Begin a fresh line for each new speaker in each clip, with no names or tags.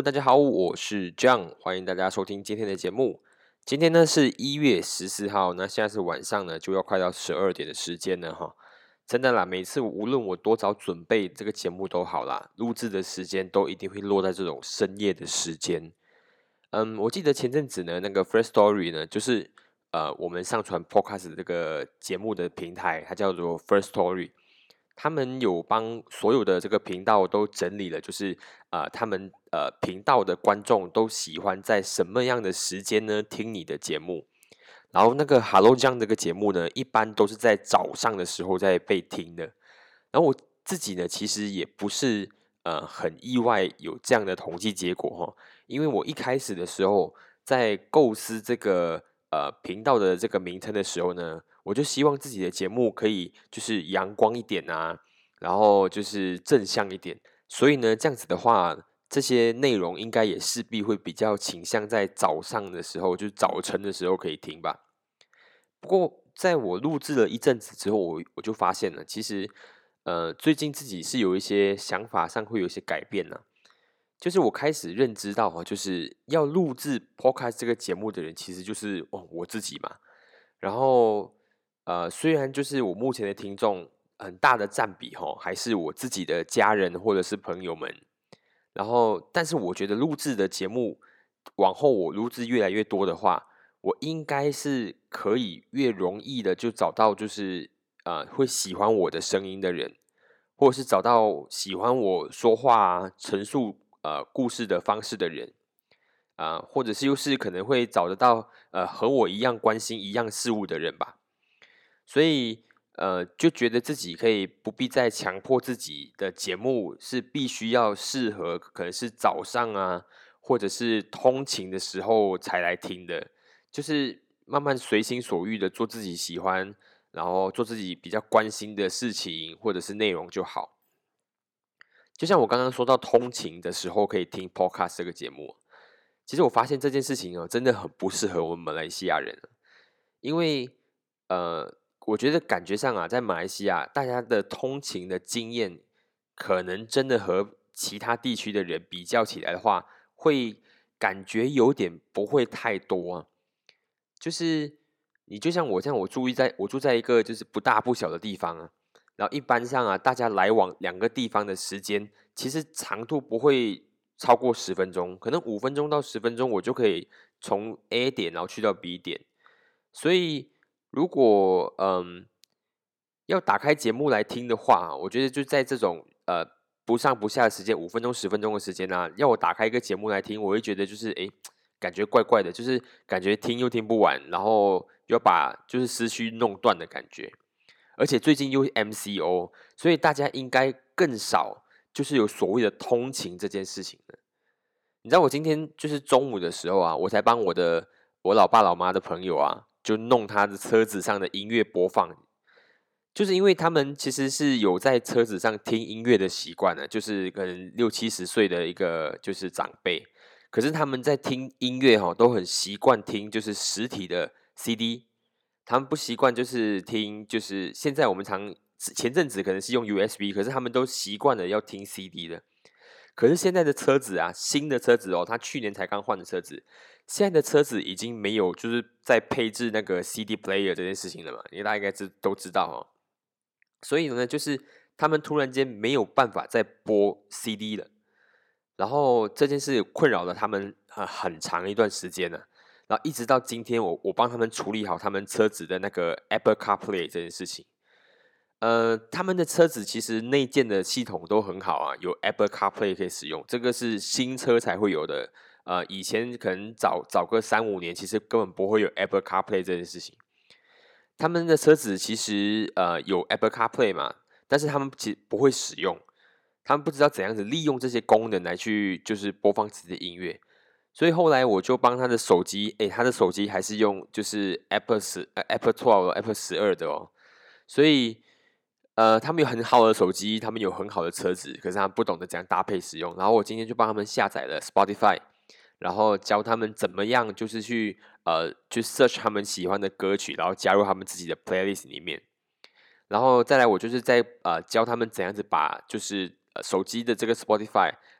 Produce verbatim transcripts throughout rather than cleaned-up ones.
大家好，我是 John，欢迎大家收听今天的节目。今天呢是一月十四号，那现在是晚上呢，就要快到十二点的时间了哈。真的啦，每次无论我多早准备这个节目都好啦，录制的时间都一定会落在这种深夜的时间。嗯，我记得前阵子呢，那个 First Story 呢，就是呃我们上传 Podcast 的这个节目的平台，它叫做 First Story。他们有帮所有的这个频道都整理了，就是呃，他们呃频道的观众都喜欢在什么样的时间呢听你的节目？然后那个 Hello 这样的一个节目呢，一般都是在早上的时候在被听的。然后我自己呢，其实也不是呃很意外有这样的统计结果哈，因为我一开始的时候在构思这个呃频道的这个名称的时候呢，我就希望自己的节目可以就是阳光一点啊，然后就是正向一点，所以呢，这样子的话，这些内容应该也势必会比较倾向在早上的时候，就是早晨的时候可以听吧。不过，在我录制了一阵子之后，我我就发现了，其实，呃，最近自己是有一些想法上会有一些改变呢、就是我开始认知到哈，就是要录制 Podcast 这个节目的人，其实就是哦我自己嘛。然后，呃，虽然就是我目前的听众很大的占比哈，还是我自己的家人或者是朋友们。然后，但是我觉得录制的节目，往后我录制越来越多的话，我应该是可以越容易的就找到就是呃会喜欢我的声音的人，或者是找到喜欢我说话啊、陈述呃故事的方式的人啊、呃或者是又是可能会找得到呃和我一样关心一样事物的人吧。所以呃，就觉得自己可以不必再强迫自己的节目是必须要适合，可能是早上啊，或者是通勤的时候才来听的，就是慢慢随心所欲的做自己喜欢，然后做自己比较关心的事情或者是内容就好。就像我刚刚说到通勤的时候可以听 Podcast 这个节目，其实我发现这件事情哦，真的很不适合我们马来西亚人，因为呃，我觉得感觉上啊，在马来西亚，大家的通勤的经验，可能真的和其他地区的人比较起来的话，会感觉有点不会太多啊。就是你就像我这样，我住在我住在一个就是不大不小的地方啊，然后一般上啊，大家来往两个地方的时间，其实长度不会超过十分钟，可能五分钟到十分钟，我就可以从 A 点然后去到 B 点。所以如果嗯要打开节目来听的话，我觉得就在这种呃不上不下的时间，五分钟十分钟的时间啊，要我打开一个节目来听，我会觉得就是诶感觉怪怪的，就是感觉听又听不完，然后又要把就是思绪弄断的感觉。而且最近又 M C O，所以大家应该更少就是有所谓的通勤这件事情了。你知道我今天就是中午的时候啊，我才帮我的我老爸老妈的朋友啊，就弄他的车子上的音乐播放，就是因为他们其实是有在车子上听音乐的习惯的，就是可能六七十岁的一个就是长辈，可是他们在听音乐哈、都很习惯听就是实体的 C D，他们不习惯就是听就是现在我们常前阵子可能是用 U S B，可是他们都习惯了要听 C D 的。可是现在的车子啊，新的车子哦，他去年才刚换的车子，现在的车子已经没有就是在配置那个 C D player 这件事情了嘛，因为大家应该知都知道哦。所以呢，就是他们突然间没有办法再播 C D 了，然后这件事困扰了他们呃很长一段时间呢、然后一直到今天我，我帮他们处理好他们车子的那个 Apple CarPlay 这件事情。呃，他们的车子其实内建的系统都很好啊，有 Apple CarPlay 可以使用，这个是新车才会有的。呃，以前可能早早个三五年，其实根本不会有 Apple CarPlay 这件事情。他们的车子其实呃有 Apple CarPlay 嘛，但是他们其实不会使用，他们不知道怎样子利用这些功能来去就是播放自己的音乐。所以后来我就帮他的手机，诶，他的手机还是用就是 Apple 十、呃、Apple Twelve、Apple 十二的哦，所以呃，他们有很好的手机，他们有很好的车子，可是他们不懂得怎样搭配使用。然后我今天就帮他们下载了 Spotify，然后教他们怎么样就是去呃去 search 他们喜欢的歌曲，然后加入他们自己的 playlist 里面。然后再来，我就是在呃教他们怎样子把就是呃手机的这个 Spotify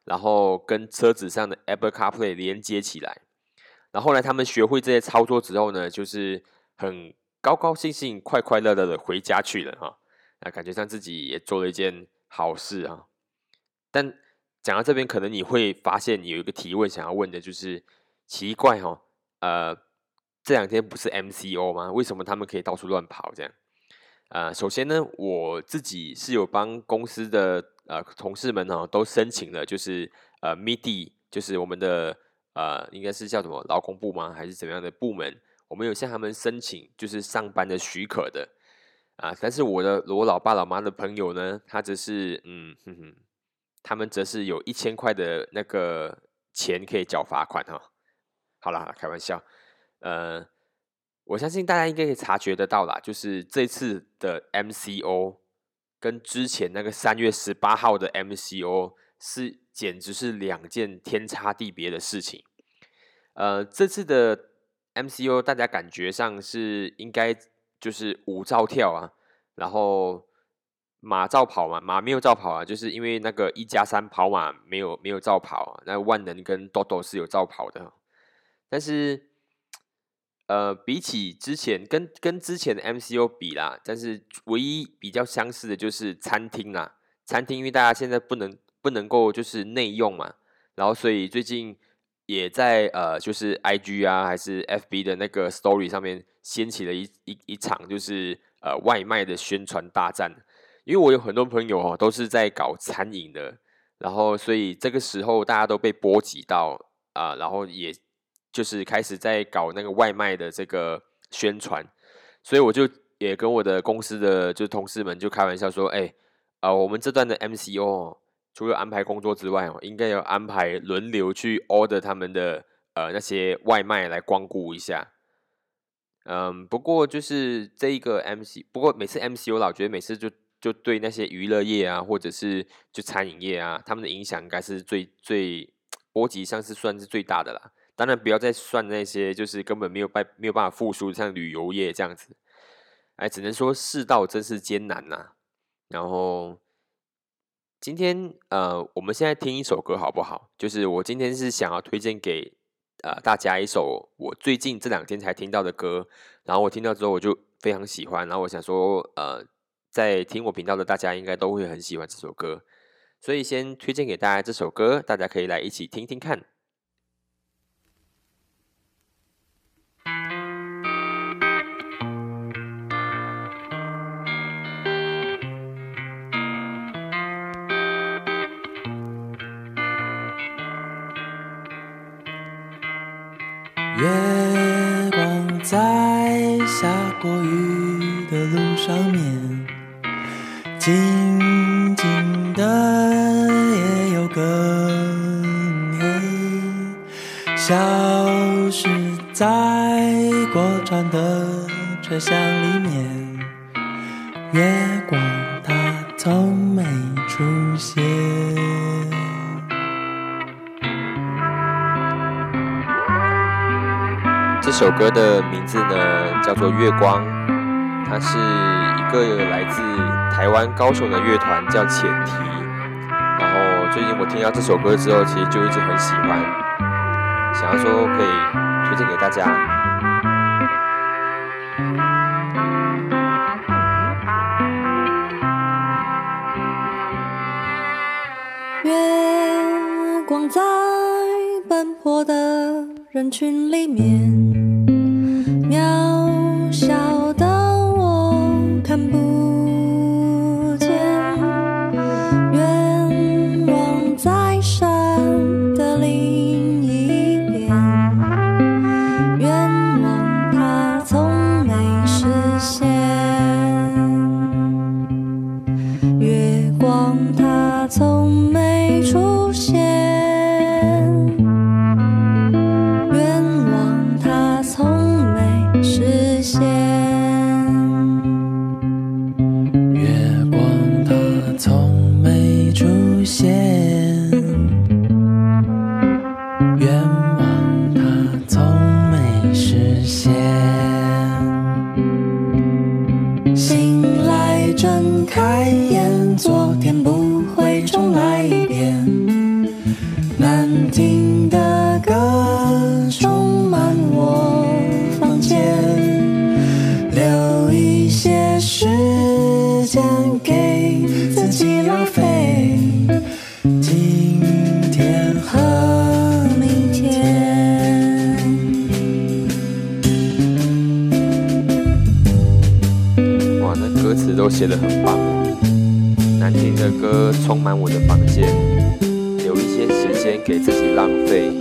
然后跟车子上的 Apple CarPlay 连接起来。然后后来他们学会这些操作之后呢，就是很高高兴兴、快快乐乐的回家去了哈。那感觉上自己也做了一件好事啊。但讲到这边，可能你会发现你有一个提问想要问的，就是奇怪哈、哦，呃，这两天不是 M C O 吗？为什么他们可以到处乱跑这样？呃，首先呢，我自己是有帮公司的呃同事们哦，都申请了，就是呃 M I D I，就是我们的呃应该是叫什么劳工部吗？还是怎么样的部门？我们有向他们申请，就是上班的许可的啊。但是我的我老爸老妈的朋友呢，他则是嗯哼哼，他们则是有一千块的那个钱可以缴罚款哈、哦。好啦，开玩笑，呃。我相信大家应该可以察觉得到啦，就是这次的 M C O 跟之前那个三月十八号的 M C O 是简直是两件天差地别的事情。呃，这次的 M C O 大家感觉上是应该就是舞照跳啊，然后马照跑嘛，马没有照跑啊，就是因为那个一加三跑马没有没有照跑啊，那万能跟豆豆是有照跑的，但是。呃，比起之前跟跟之前的 M C O 比啦，但是唯一比较相似的就是餐厅啦。餐厅因为大家现在不能不能够就是内用嘛，然后所以最近也在呃就是 I G 啊还是 F B 的那个 Story 上面掀起了一一一场就是呃外卖的宣传大战。因为我有很多朋友哦都是在搞餐饮的，然后所以这个时候大家都被波及到啊、呃，然后也。就是开始在搞那个外卖的这个宣传，所以我就也跟我的公司的就同事们就开玩笑说，哎、欸，呃，我们这段的 M C O 哦，除了安排工作之外哦，应该要安排轮流去 order 他们的呃那些外卖来光顾一下。嗯，不过就是这一个 M C， 不过每次 M C O 啦，我觉得每次就就对那些娱乐业啊，或者是就餐饮业啊，他们的影响应该是最最波及上是算是最大的啦。当然不要再算那些就是根本没有办没有办法复苏，像旅游业这样子，哎，只能说世道真是艰难呐、啊。然后今天呃，我们现在听一首歌好不好？就是我今天是想要推荐给呃大家一首我最近这两天才听到的歌，然后我听到之后我就非常喜欢，然后我想说呃，在听我频道的大家应该都会很喜欢这首歌，所以先推荐给大家这首歌，大家可以来一起听听看。
月光在下过雨的路上面，静静的也有更黑，消失在过站的车厢里面，月光它从没出现。
这首歌的名字呢叫做《月光》，它是一个来自台湾高雄的乐团叫浅提。然后最近我听到这首歌之后，其实就一直很喜欢，想要说可以推荐给大家。
月光在奔波的人群里面，渺小的我看不见，愿望在山的另一边，愿望它从没实现，月光它从没出现，
都写得很棒，难听的歌充满我的房间，留一些时间给自己浪费。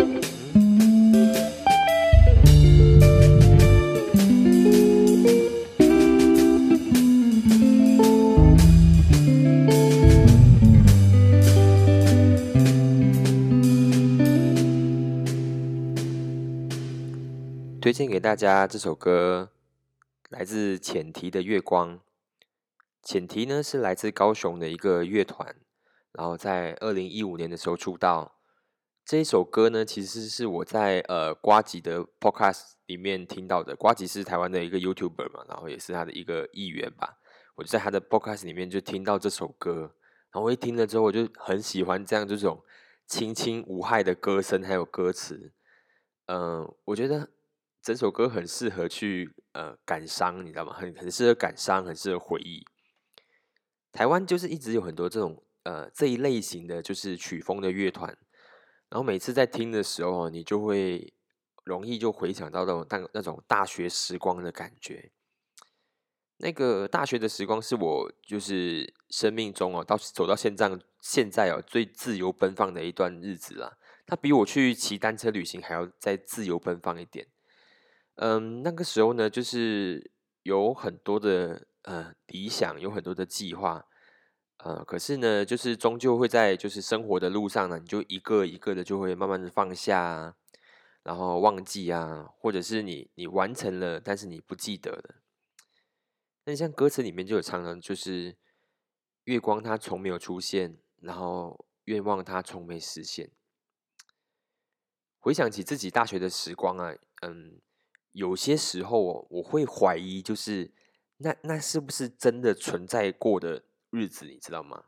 推荐给大家这首歌，来自浅提的《月光》。浅提呢是来自高雄的一个乐团，然后在二零一五年的时候出道。这一首歌呢，其实是我在呃呱吉的 podcast 里面听到的。呱吉是台湾的一个 YouTuber 嘛，然后也是他的一个艺员吧。我就在他的 podcast 里面就听到这首歌，然后我一听了之后，我就很喜欢这样这种轻轻无害的歌声还有歌词。嗯、呃，我觉得整首歌很适合去呃感伤，你知道吗？很很适合感伤，很适合回忆。台湾就是一直有很多这种呃这一类型的就是曲风的乐团，然后每次在听的时候，你就会容易就回想到那种那那种大学时光的感觉。那个大学的时光是我就是生命中哦，到走到现在现在哦最自由奔放的一段日子啦。它比我去骑单车旅行还要再自由奔放一点。嗯，那个时候呢，就是有很多的呃理想，有很多的计划，呃，可是呢，就是终究会在就是生活的路上呢，你就一个一个的就会慢慢的放下啊，然后忘记啊，或者是你你完成了，但是你不记得了。那像歌词里面就有唱到，就是月光它从没有出现，然后愿望它从没实现。回想起自己大学的时光啊，嗯，有些时候哦，我会怀疑，就是那那是不是真的存在过的日子，你知道吗？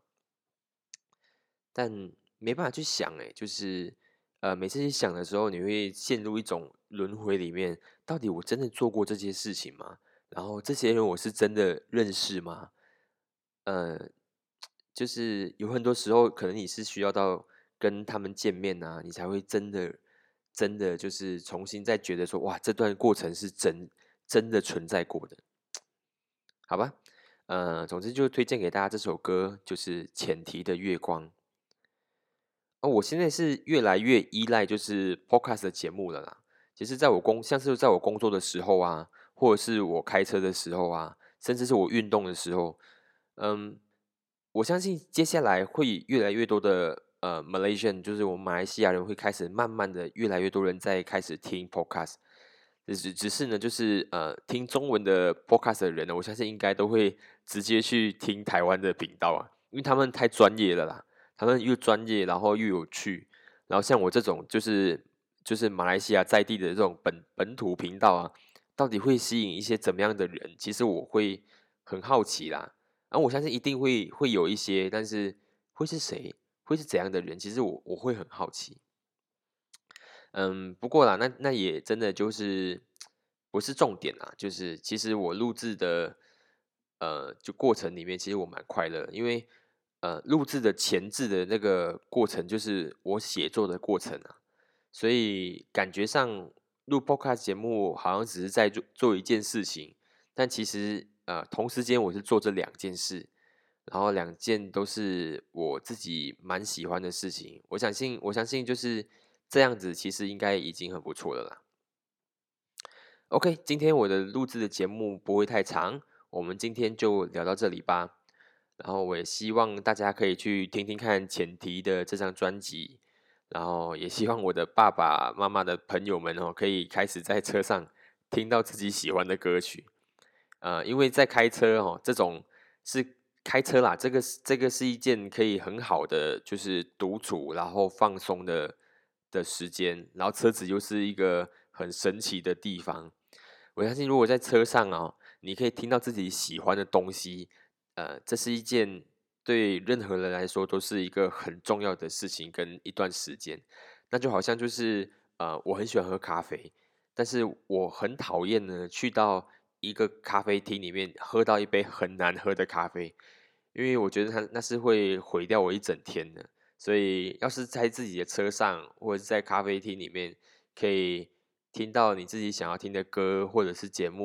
但没办法去想，哎，就是呃，每次去想的时候，你会陷入一种轮回里面，到底我真的做过这些事情吗？然后这些人我是真的认识吗？呃，就是有很多时候，可能你是需要到跟他们见面啊，你才会真的、真的就是重新再觉得说，哇，这段过程是真真的存在过的，好吧？呃，总之就推荐给大家这首歌，就是浅提的《月光》。哦，我现在是越来越依赖就是 podcast 的节目了啦。其实在我工，像是在我工作的时候啊，或者是我开车的时候啊，甚至是我运动的时候，嗯，我相信接下来会越来越多的呃 Malaysian，就是我们马来西亚人会开始慢慢的越来越多人在开始听 podcast。只是只是呢，就是呃听中文的 podcast 的人呢，我相信应该都会直接去听台湾的频道啊，因为他们太专业了啦。他们又专业，然后又有趣，然后像我这种就是就是马来西亚在地的这种本本土频道啊，到底会吸引一些怎么样的人？其实我会很好奇啦，然后我相信一定会会有一些，但是会是谁，会是怎样的人？其实我我会很好奇。嗯，不过啦，那那也真的就是不是重点啦，就是其实我录制的呃就过程里面，其实我蛮快乐，因为呃录制的前置的那个过程就是我写作的过程啊，所以感觉上录 podcast 节目好像只是在做做一件事情，但其实呃同时间我是做这两件事，然后两件都是我自己蛮喜欢的事情，我相信我相信就是这样子，其实应该已经很不错了啦。OK，今天我的录制的节目不会太长，我们今天就聊到这里吧。然后我也希望大家可以去听听看浅提的这张专辑，然后也希望我的爸爸妈妈的朋友们哦，可以开始在车上听到自己喜欢的歌曲。呃，因为在开车哦，这种是开车啦，这个是这个是一件可以很好的就是独处然后放松的的时间，然后车子又是一个很神奇的地方。我相信如果在车上哦，你可以听到自己喜欢的东西，呃，这是一件对任何人来说都是一个很重要的事情跟一段时间。那就好像就是呃，我很喜欢喝咖啡，但是我很讨厌呢去到一个咖啡厅里面喝到一杯很难喝的咖啡，因为我觉得它那是会毁掉我一整天的。所以要是在自己的车上或者是在咖啡厅里面，可以听到你自己想要听的歌或者是节目，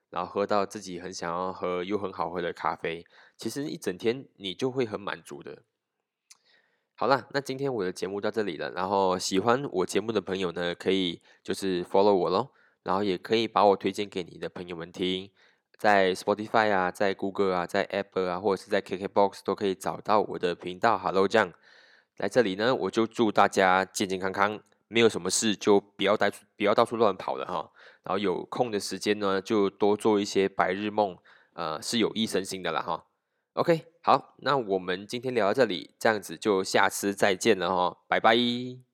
然后喝到自己很想要喝又很好喝的咖啡，其实一整天你就会很满足的。好啦，那今天我的节目到这里了，然后喜欢我节目的朋友呢，可以就是 follow 我咯，然后也可以把我推荐给你的朋友们听，在 Spotify 啊，在 Google 啊，在 Apple 啊，或者是在 K K B O X 都可以找到我的频道 Hello 酱。来这里呢，我就祝大家健健康康，没有什么事就不要带不要到处乱跑了哈。然后有空的时间呢，就多做一些白日梦，呃，是有益身心的啦哈。OK，好，那我们今天聊到这里，这样子就下次再见了哈，拜拜。